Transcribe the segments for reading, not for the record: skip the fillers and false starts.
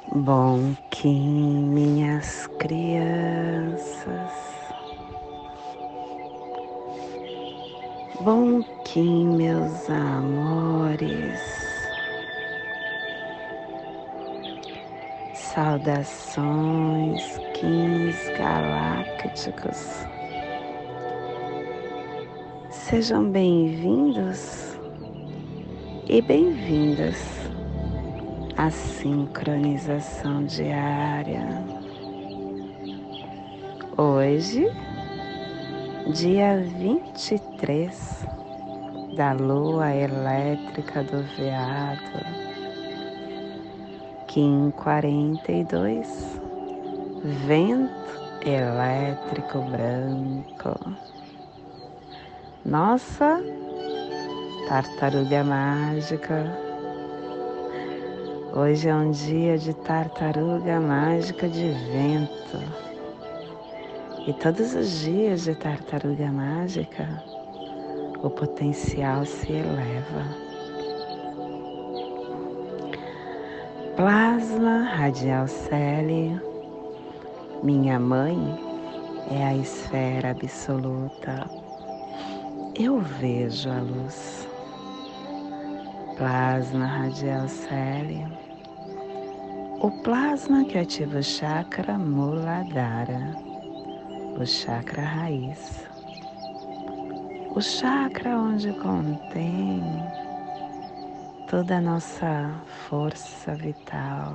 Bom Kim, minhas crianças, bom Kim, meus amores, saudações, Kims galácticos, sejam bem-vindos e bem-vindas à sincronização diária. Hoje, dia 23 da lua elétrica do veado, Kim 42, vento elétrico branco. Nossa tartaruga mágica. Hoje é um dia de tartaruga mágica de vento. E todos os dias de tartaruga mágica, o potencial se eleva. Plasma radial Celi, minha mãe é a esfera absoluta. Eu vejo a luz. Plasma radial Celi, o plasma que ativa o chakra Muladhara, o chakra raiz, o chakra onde contém toda a nossa força vital.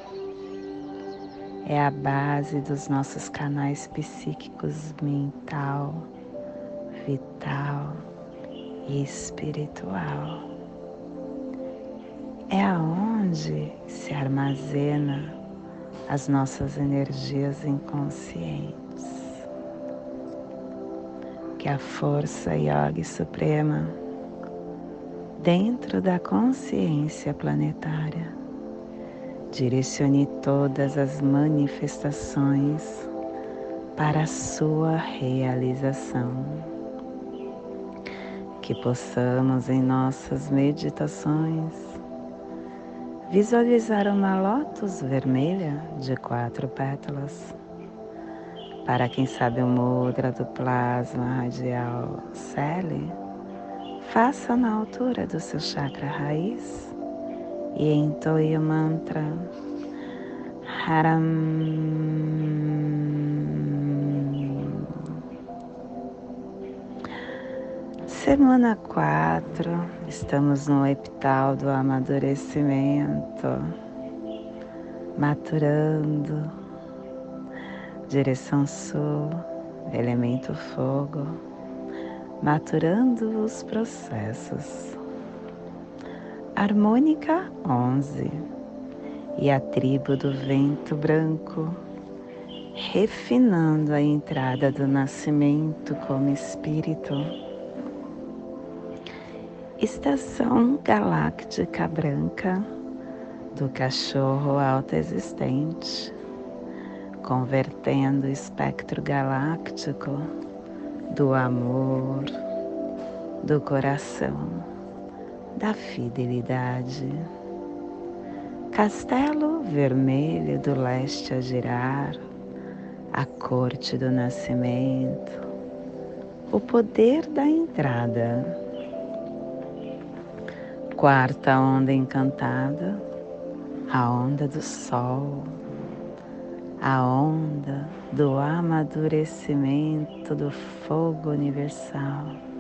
É a base dos nossos canais psíquicos mental, vital e espiritual. É aonde se armazena as nossas energias inconscientes. Que a força Yogi Suprema, dentro da consciência planetária, direcione todas as manifestações para a sua realização. Que possamos em nossas meditações visualizar uma lótus vermelha de 4 pétalas. Para quem sabe o mudra do plasma radial Celi, faça na altura do seu chakra raiz e entoie o mantra Haram. Semana 4, estamos no epital do amadurecimento, maturando, direção sul, elemento fogo, maturando os processos. Harmônica 11 e a tribo do vento branco, refinando a entrada do nascimento como espírito. Estação galáctica branca do cachorro autoexistente, convertendo o espectro galáctico do amor, do coração, da fidelidade. Castelo vermelho do leste a girar, a corte do nascimento, o poder da entrada. Quarta onda encantada, a onda do sol, a onda do amadurecimento do fogo universal.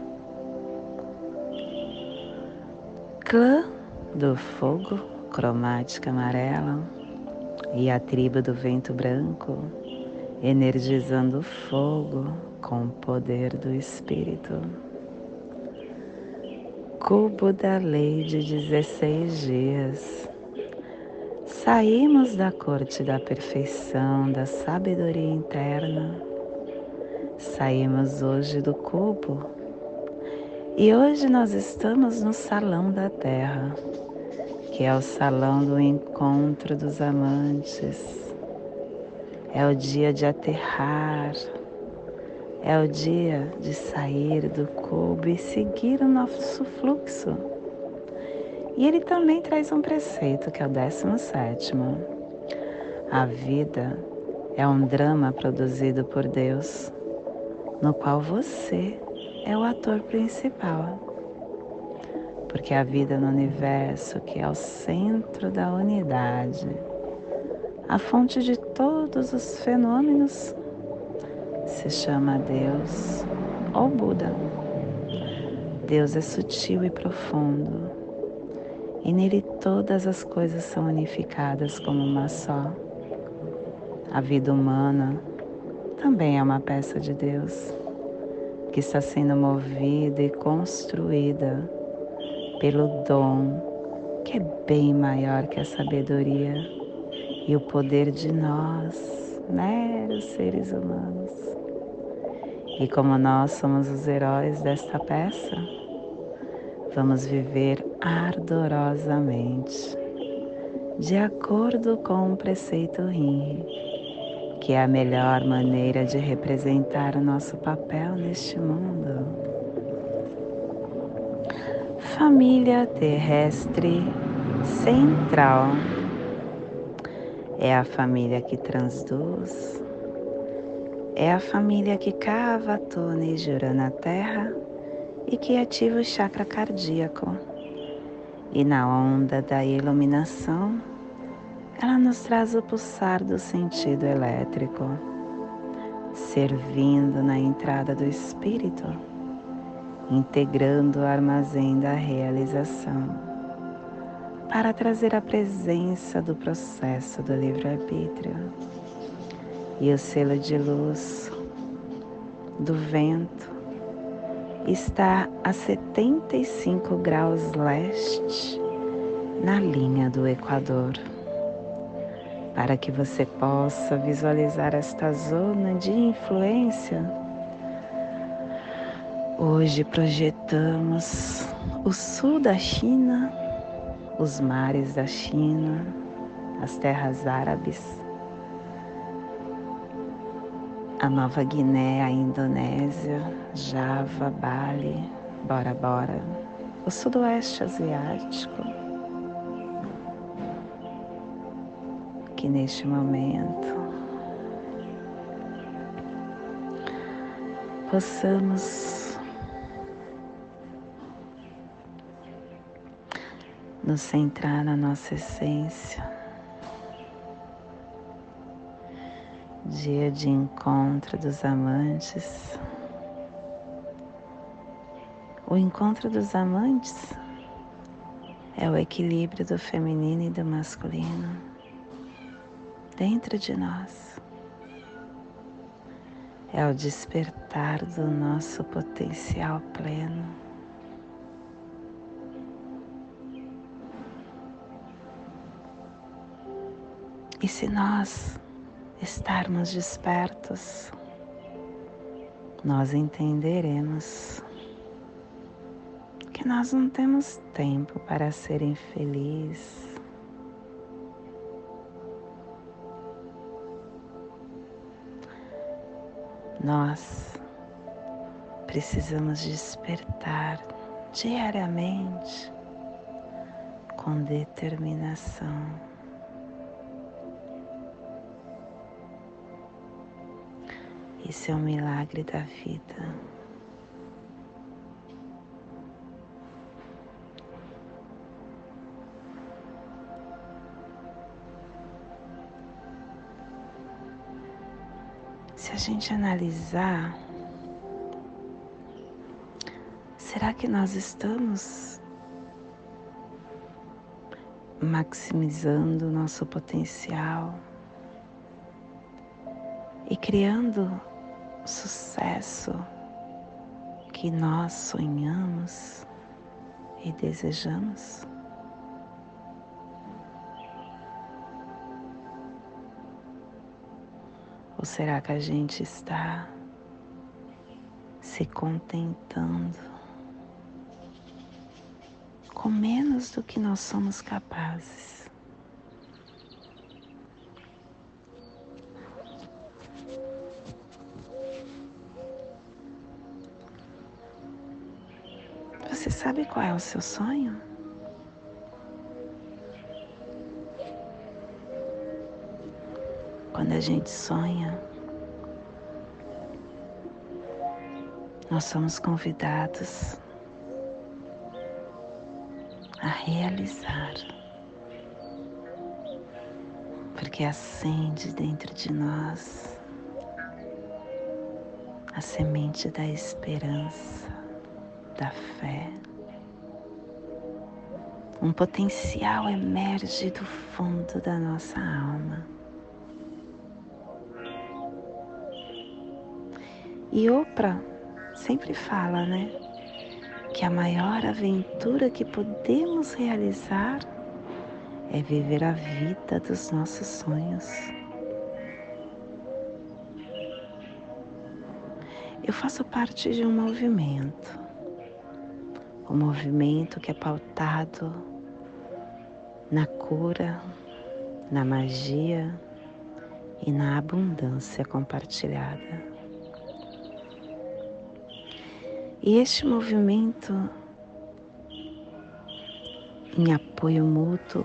Clã do fogo, cromática amarela, e a tribo do vento branco, energizando o fogo com o poder do espírito. Cubo da lei de 16 dias. Saímos da corte da perfeição, da sabedoria interna. Saímos hoje do cubo. E hoje nós estamos no salão da terra, que é o salão do encontro dos amantes. É o dia de aterrar. É o dia de sair do cubo e seguir o nosso fluxo. E ele também traz um preceito, que é o 17º. A vida é um drama produzido por Deus, no qual você é o ator principal. Porque a vida no universo, que é o centro da unidade, a fonte de todos os fenômenos, se chama Deus ou Buda. Deus é sutil e profundo, e nele todas as coisas são unificadas como uma só. A vida humana também é uma peça de Deus, que está sendo movida e construída pelo dom que é bem maior que a sabedoria e o poder de nós, meros seres humanos. E como nós somos os heróis desta peça, vamos viver ardorosamente, de acordo com o preceito Yin, que é a melhor maneira de representar o nosso papel neste mundo. Família terrestre central é a família que transduz, é a família que cava, túneis de Urano na Terra e que ativa o chakra cardíaco. E na onda da iluminação, ela nos traz o pulsar do sentido elétrico, servindo na entrada do espírito, integrando o armazém da realização, para trazer a presença do processo do livre-arbítrio e o selo de luz do vento está a 75 graus leste na linha do Equador, para que você possa visualizar esta zona de influência. Hoje projetamos o sul da China, os mares da China, as terras árabes, a Nova Guiné, a Indonésia, Java, Bali, Bora Bora, o sudoeste asiático, que neste momento possamos nos centrar na nossa essência. Dia de encontro dos amantes. O encontro dos amantes é o equilíbrio do feminino e do masculino dentro de nós. É o despertar do nosso potencial pleno. E se nós estarmos despertos, nós entenderemos que nós não temos tempo para ser infeliz. Nós precisamos despertar diariamente com determinação. Isso é um milagre da vida. Se a gente analisar, será que nós estamos maximizando o nosso potencial e criando o sucesso que nós sonhamos e desejamos? Ou será que a gente está se contentando com menos do que nós somos capazes? Você sabe qual é o seu sonho? quando a gente sonha, nós somos convidados a realizar, porque acende dentro de nós a semente da esperança, da fé. Um potencial emerge do fundo da nossa alma. E Oprah sempre fala, né, que a maior aventura que podemos realizar é viver a vida dos nossos sonhos. Eu faço parte de um movimento que é pautado na cura, na magia e na abundância compartilhada. E este movimento, em apoio mútuo,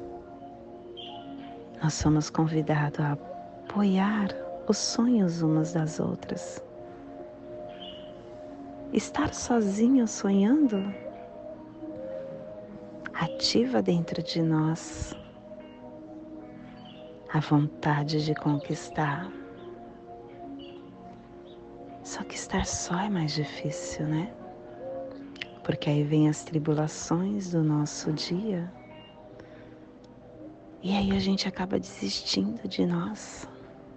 nós somos convidados a apoiar os sonhos umas das outras. Estar sozinho sonhando ativa dentro de nós a vontade de conquistar. Só que estar só é mais difícil, né? Porque aí vem as tribulações do nosso dia. E aí a gente acaba desistindo de nós.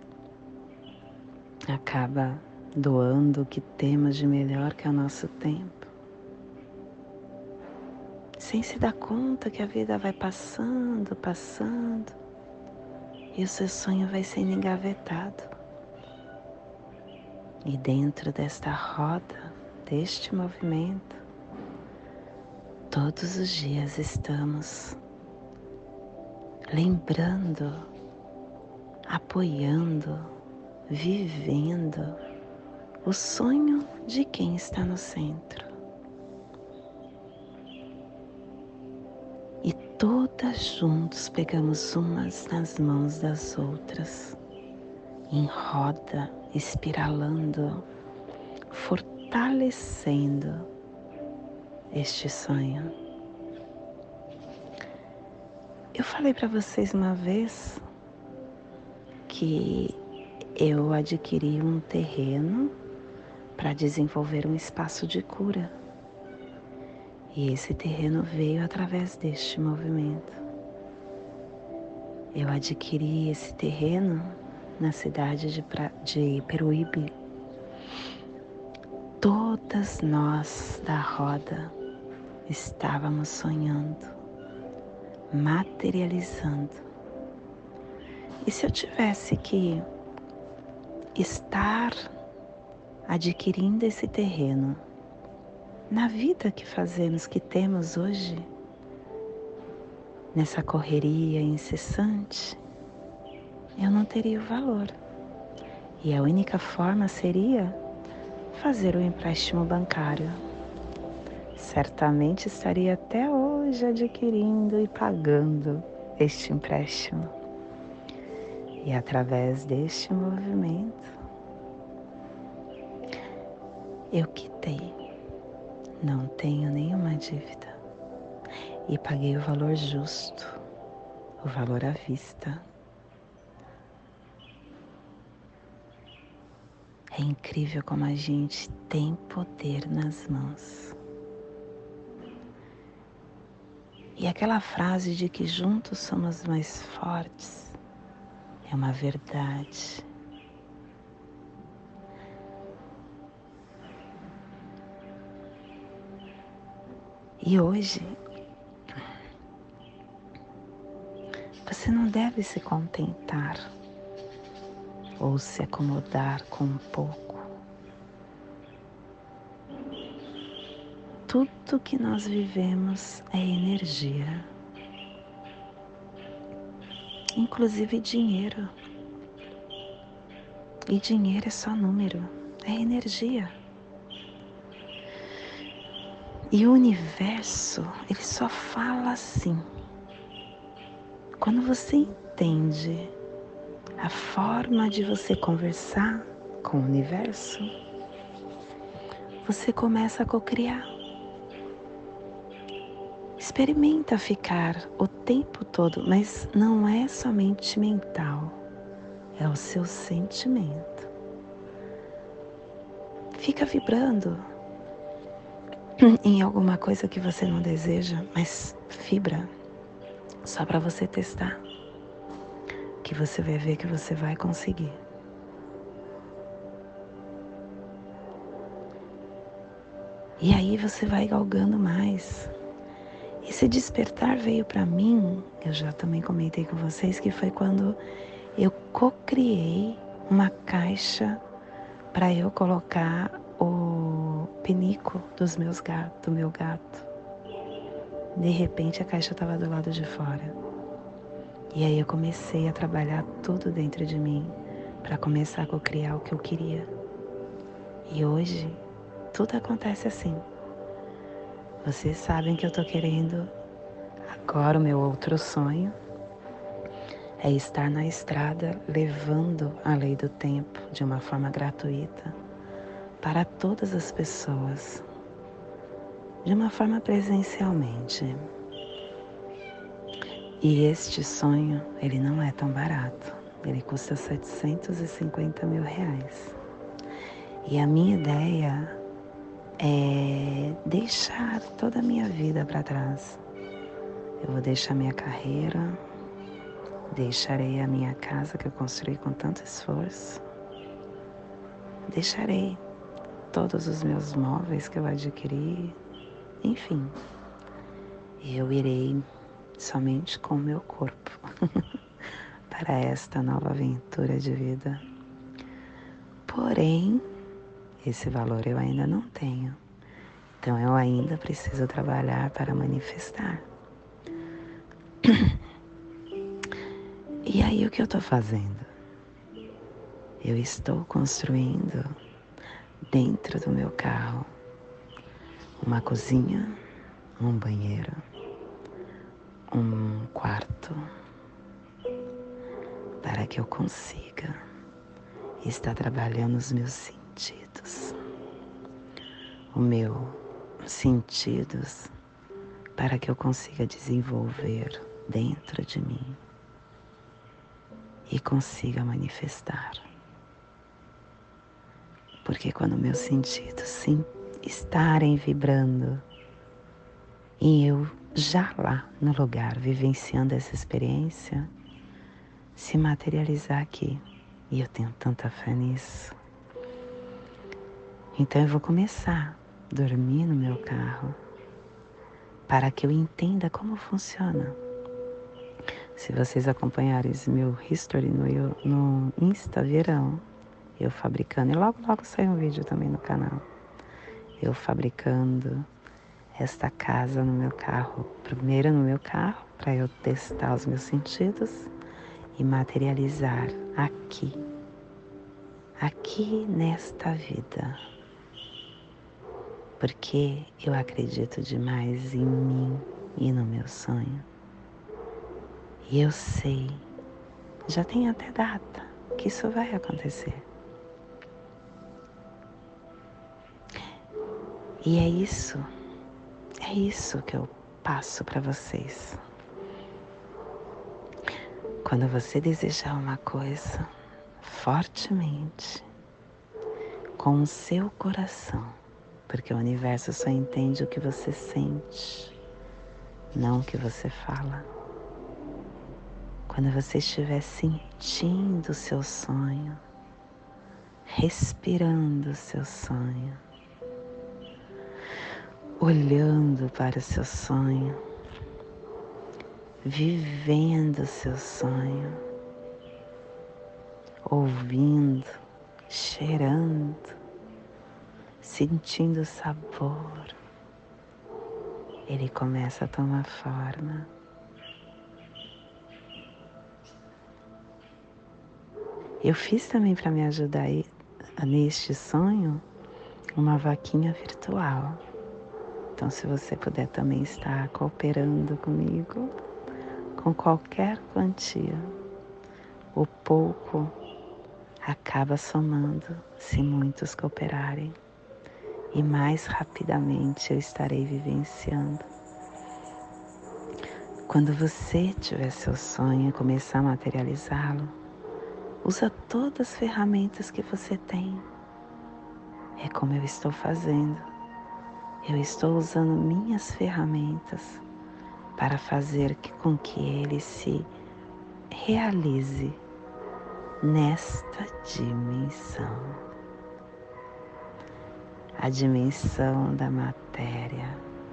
Acaba doando o que temos de melhor, que é o nosso tempo. Sem se dar conta que a vida vai passando, e o seu sonho vai sendo engavetado. E dentro desta roda, deste movimento, todos os dias estamos lembrando, apoiando, vivendo o sonho de quem está no centro. E todas juntos pegamos umas nas mãos das outras, em roda, espiralando, fortalecendo este sonho. Eu falei para vocês uma vez que eu adquiri um terreno para desenvolver um espaço de cura. E esse terreno veio através deste movimento. Eu adquiri esse terreno na cidade de Peruíbe. Todas nós da roda estávamos sonhando, materializando. E se eu tivesse que estar adquirindo esse terreno na vida que fazemos, que temos hoje, nessa correria incessante, eu não teria o valor. E a única forma seria fazer o empréstimo bancário. Certamente estaria até hoje adquirindo e pagando este empréstimo. E através deste movimento, eu quitei, não tenho nenhuma dívida e paguei o valor justo, o valor à vista. É incrível como a gente tem poder nas mãos. E aquela frase de que juntos somos mais fortes é uma verdade. E hoje, você não deve se contentar ou se acomodar com um pouco. Tudo que nós vivemos é energia, inclusive dinheiro. E dinheiro é só número, é energia. E o universo, ele só fala assim. Quando você entende a forma de você conversar com o universo, você começa a cocriar. Experimenta ficar o tempo todo, mas não é somente mental, é o seu sentimento. Fica vibrando em alguma coisa que você não deseja, mas vibra só para você testar, que você vai ver que você vai conseguir. E aí você vai galgando mais. Esse despertar veio para mim, eu já também comentei com vocês, que foi quando eu co-criei uma caixa para eu colocar o pinico do meu gato. De repente a caixa estava do lado de fora. E aí eu comecei a trabalhar tudo dentro de mim para começar a co-criar o que eu queria. E hoje tudo acontece assim. Vocês sabem que eu tô querendo. Agora o meu outro sonho é estar na estrada levando a lei do tempo de uma forma gratuita para todas as pessoas, de uma forma presencialmente. E este sonho, ele não é tão barato, ele custa R$750 mil. E a minha ideia é deixar toda a minha vida para trás. Eu vou deixar minha carreira, deixarei a minha casa que eu construí com tanto esforço, deixarei todos os meus móveis que eu adquiri, enfim, eu irei somente com o meu corpo para esta nova aventura de vida. Porém, esse valor eu ainda não tenho, então eu ainda preciso trabalhar para manifestar. E aí o que eu estou fazendo? Eu estou construindo dentro do meu carro uma cozinha, um banheiro, um quarto, para que eu consiga estar trabalhando os meus sentidos. Os meus sentidos para que eu consiga desenvolver dentro de mim e consiga manifestar. Porque quando meus sentidos estarem vibrando e eu já lá no lugar vivenciando essa experiência, se materializar aqui, e eu tenho tanta fé nisso, então eu vou começar a dormir no meu carro para que eu entenda como funciona. Se vocês acompanharem esse meu history no Insta, verão eu fabricando, e logo sai um vídeo também no canal, eu fabricando esta casa no meu carro, primeiro no meu carro, para eu testar os meus sentidos e materializar aqui nesta vida. Porque eu acredito demais em mim e no meu sonho. E eu sei, já tem até data, que isso vai acontecer. E é isso que eu passo para vocês. Quando você desejar uma coisa fortemente, com o seu coração, porque o universo só entende o que você sente, não o que você fala. Quando você estiver sentindo o seu sonho, respirando o seu sonho, olhando para o seu sonho, vivendo o seu sonho, ouvindo, cheirando, sentindo o sabor, ele começa a tomar forma. Eu fiz também para me ajudar neste sonho uma vaquinha virtual. Então, se você puder também estar cooperando comigo com qualquer quantia, O pouco acaba somando se muitos cooperarem, e mais rapidamente eu estarei vivenciando. Quando você tiver seu sonho e começar a materializá-lo, usa todas as ferramentas que você tem. É como eu estou fazendo. Eu estou usando minhas ferramentas para fazer com que ele se realize nesta dimensão. A dimensão da matéria.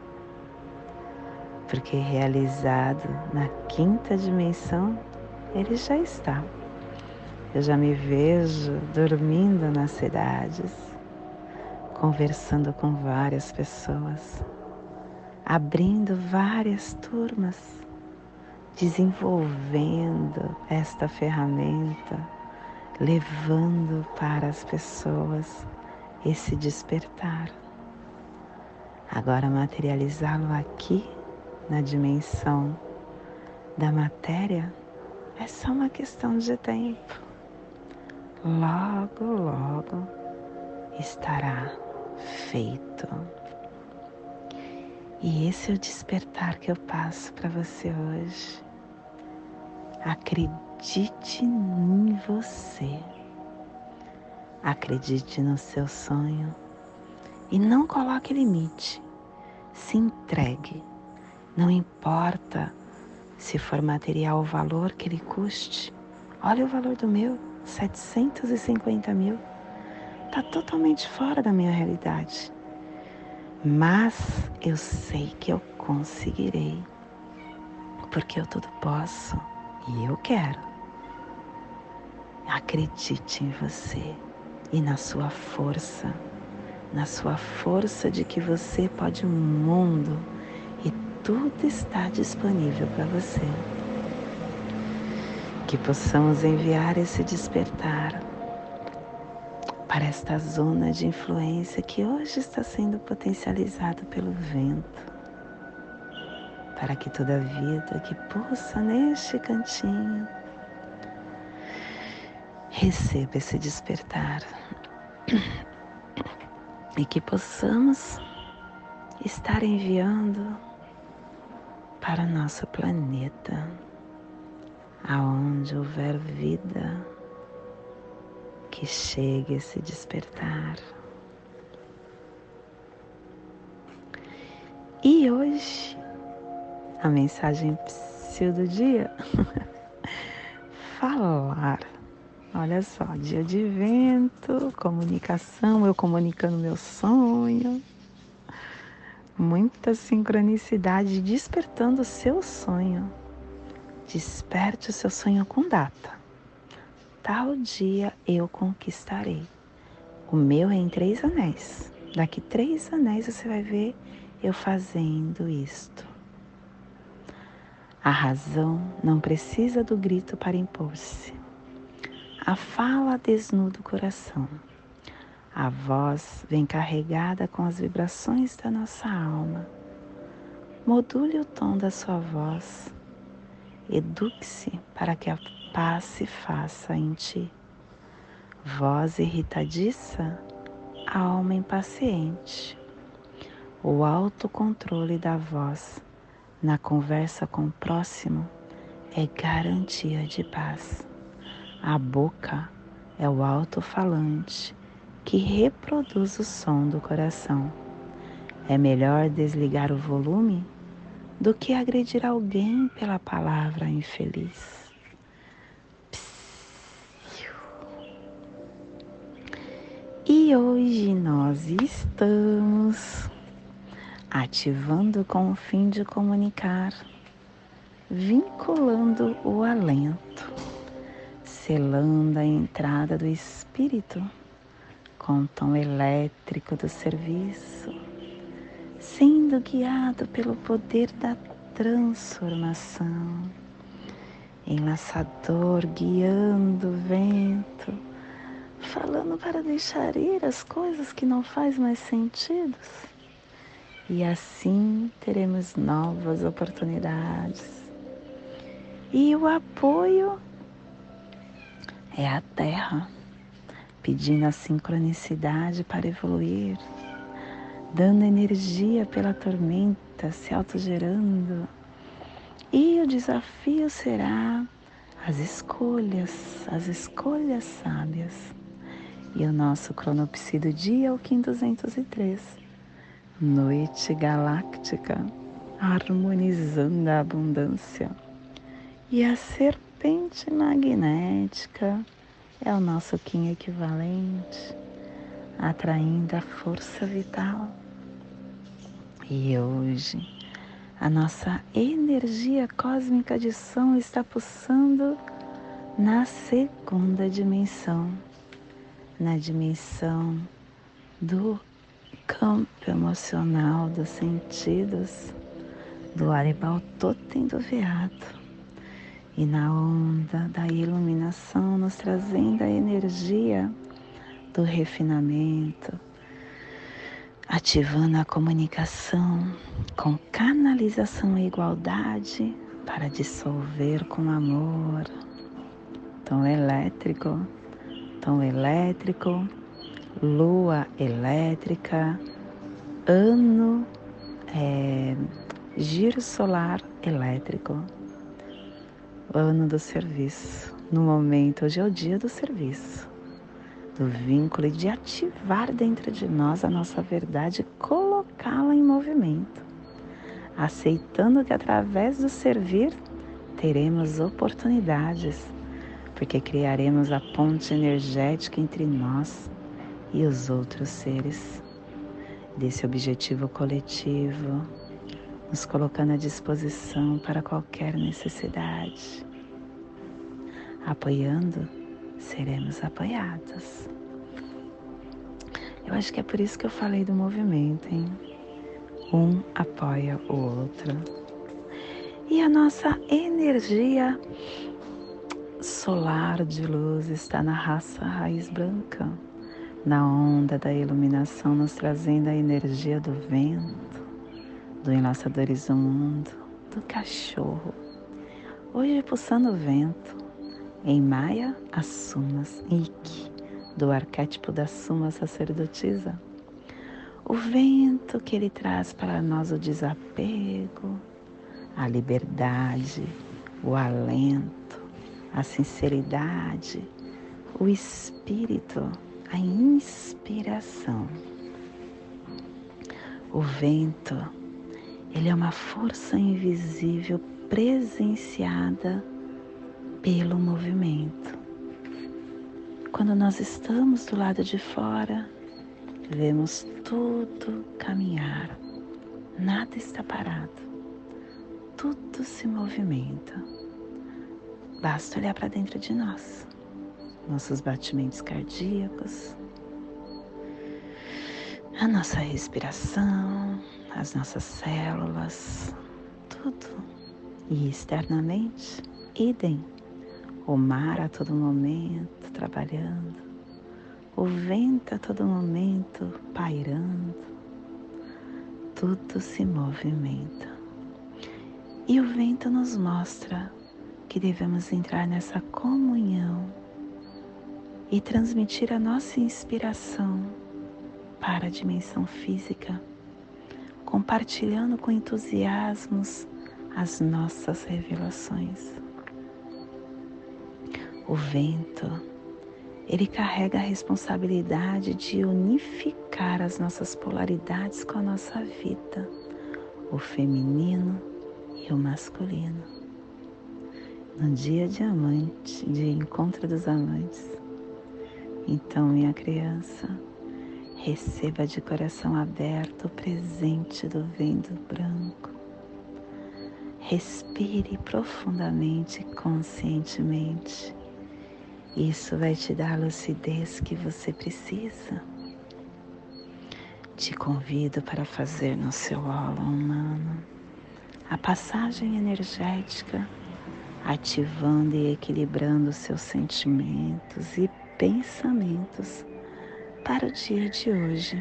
Porque realizado na quinta dimensão, ele já está. Eu já me vejo dormindo nas cidades, conversando com várias pessoas, abrindo várias turmas, desenvolvendo esta ferramenta, levando para as pessoas esse despertar. Agora materializá-lo aqui na dimensão da matéria é só uma questão de tempo. Logo, logo estará feito. E esse é o despertar que eu passo para você hoje. Acredite em você. Acredite no seu sonho e não coloque limite. Se entregue. Não importa se for material o valor que ele custe. Olha o valor do meu, 750 mil. Está totalmente fora da minha realidade. Mas eu sei que eu conseguirei. Porque eu tudo posso e eu quero. Acredite em você e na sua força. Na sua força de que você pode o mundo e tudo está disponível para você. Que possamos enviar esse despertar para esta zona de influência que hoje está sendo potencializado pelo vento, para que toda vida que pulsa neste cantinho receba esse despertar e que possamos estar enviando para nosso planeta, aonde houver vida, que chegue esse despertar. E hoje, a mensagem do dia, falar. Olha só, dia de vento, comunicação, eu comunicando meu sonho, muita sincronicidade, despertando o seu sonho. Desperte o seu sonho com data. Tal dia eu conquistarei. O meu é em 3 anéis. Daqui 3 anéis você vai ver eu fazendo isto. A razão não precisa do grito para impor-se. A fala desnuda o coração. A voz vem carregada com as vibrações da nossa alma. Module o tom da sua voz. Eduque-se para que a paz se faça em ti. Voz irritadiça, alma impaciente. O autocontrole da voz na conversa com o próximo é garantia de paz. A boca é o alto-falante que reproduz o som do coração. É melhor desligar o volume do que agredir alguém pela palavra infeliz. E hoje nós estamos ativando com o fim de comunicar, vinculando o alento, selando a entrada do espírito com o tom elétrico do serviço, sendo guiado pelo poder da transformação, enlaçador guiando o vento, falando para deixar ir as coisas que não faz mais sentido. E assim teremos novas oportunidades. E o apoio É a Terra pedindo a sincronicidade para evoluir, dando energia pela tormenta, se autogerando. E o desafio será as escolhas sábias. E o nosso cronopsi do dia é o Kim 203, noite galáctica, harmonizando a abundância. E a serpente magnética é o nosso Kim equivalente, atraindo a força vital. E hoje, a nossa energia cósmica de som está pulsando na segunda dimensão, na dimensão do campo emocional dos sentidos, do Aribal Totem do Veado. E na onda da iluminação, nos trazendo a energia do refinamento, ativando a comunicação com canalização e igualdade para dissolver com amor. Tom elétrico, lua elétrica, ano, giro solar elétrico, ano do serviço. No momento, hoje é o dia do serviço, do vínculo e de ativar dentro de nós a nossa verdade e colocá-la em movimento, aceitando que através do servir teremos oportunidades, porque criaremos a ponte energética entre nós e os outros seres, desse objetivo coletivo, nos colocando à disposição para qualquer necessidade. Apoiando, seremos apoiados. Eu acho que é por isso que eu falei do movimento, hein? Um apoia o outro. E a nossa energia solar de luz está na raça raiz branca, na onda da iluminação, nos trazendo a energia do vento, do Enlaçadores do Mundo, do cachorro. Hoje pulsando o vento, em Maia, as sumas, Ikki, do arquétipo da suma sacerdotisa. O vento que ele traz para nós o desapego, a liberdade, o alento, a sinceridade, o espírito, a inspiração. O vento, ele é uma força invisível presenciada pelo movimento. Quando nós estamos do lado de fora, vemos tudo caminhar, nada está parado, tudo se movimenta. Basta olhar para dentro de nós, nossos batimentos cardíacos, a nossa respiração, as nossas células, tudo. E externamente, idem. O mar a todo momento trabalhando, o vento a todo momento pairando, tudo se movimenta. E o vento nos mostra que devemos entrar nessa comunhão e transmitir a nossa inspiração para a dimensão física, compartilhando com entusiasmos as nossas revelações. O vento, ele carrega a responsabilidade de unificar as nossas polaridades com a nossa vida, o feminino e o masculino. No dia de amante, de encontro dos amantes, então, minha criança, receba de coração aberto o presente do vento branco. Respire profundamente e conscientemente. Isso vai te dar a lucidez que você precisa. Te convido para fazer no seu aula humano a passagem energética, ativando e equilibrando seus sentimentos e pensamentos para o dia de hoje.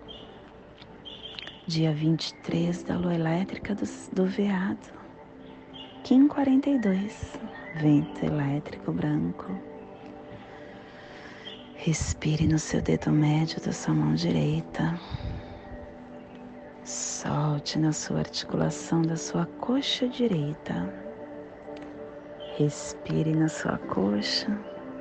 Dia 23 da lua elétrica do Veado, Kim 42, vento elétrico branco. Respire no seu dedo médio da sua mão direita. Solte na sua articulação da sua coxa direita. Respire na sua coxa.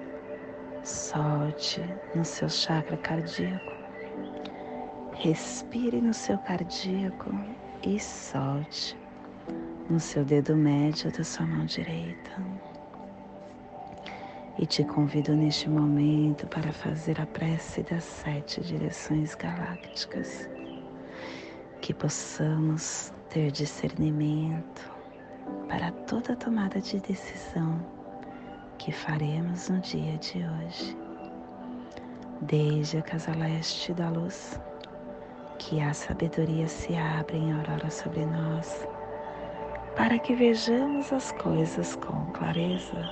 Solte no seu chakra cardíaco. Respire no seu cardíaco e solte no seu dedo médio da sua mão direita. E te convido neste momento para fazer a prece das 7 direções galácticas. Que possamos ter discernimento para toda tomada de decisão que faremos no dia de hoje. Desde a casa leste da luz, que a sabedoria se abra em aurora sobre nós, para que vejamos as coisas com clareza.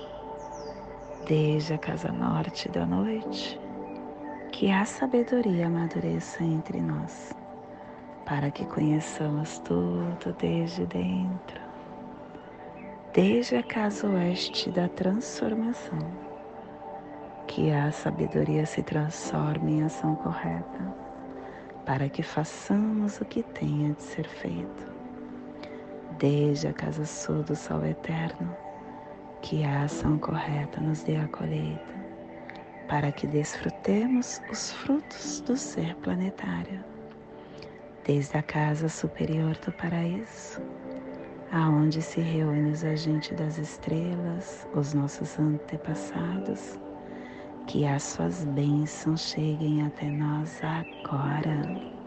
Desde a casa norte da noite, que a sabedoria amadureça entre nós, para que conheçamos tudo desde dentro. Desde a casa oeste da transformação, que a sabedoria se transforme em ação correta, para que façamos o que tenha de ser feito. Desde a casa sul do sol eterno, que a ação correta nos dê a colheita, para que desfrutemos os frutos do ser planetário. Desde a casa superior do paraíso, aonde se reúnem os agentes das estrelas, os nossos antepassados, que as suas bênçãos cheguem até nós agora.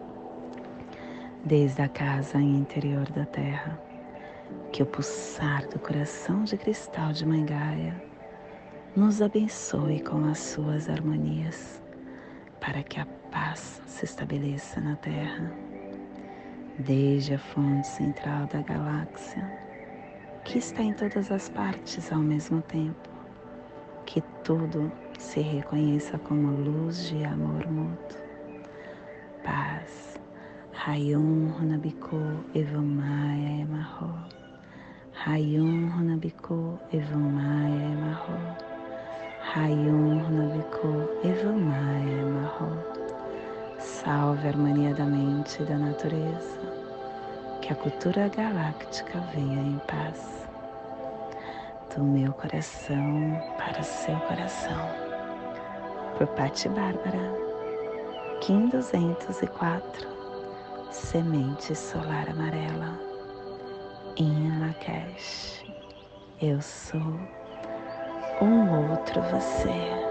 Desde a casa interior da terra, que o pulsar do coração de cristal de Mãe Gaia nos abençoe com as suas harmonias, para que a paz se estabeleça na terra. Desde a fonte central da galáxia, que está em todas as partes ao mesmo tempo, que tudo se reconheça como luz de amor mútuo. Paz. Rayon Runabiku Evamaya Emarro. Rayon Runabiku Evamaya Emarro. Rayon Runabiku Evamaya Emarro. Salve a harmonia da mente e da natureza. Que a cultura galáctica venha em paz. Do meu coração para o seu coração. Por Patti Bárbara, Kim 204, Semente Solar Amarela, em Lakesh. Eu sou um outro você.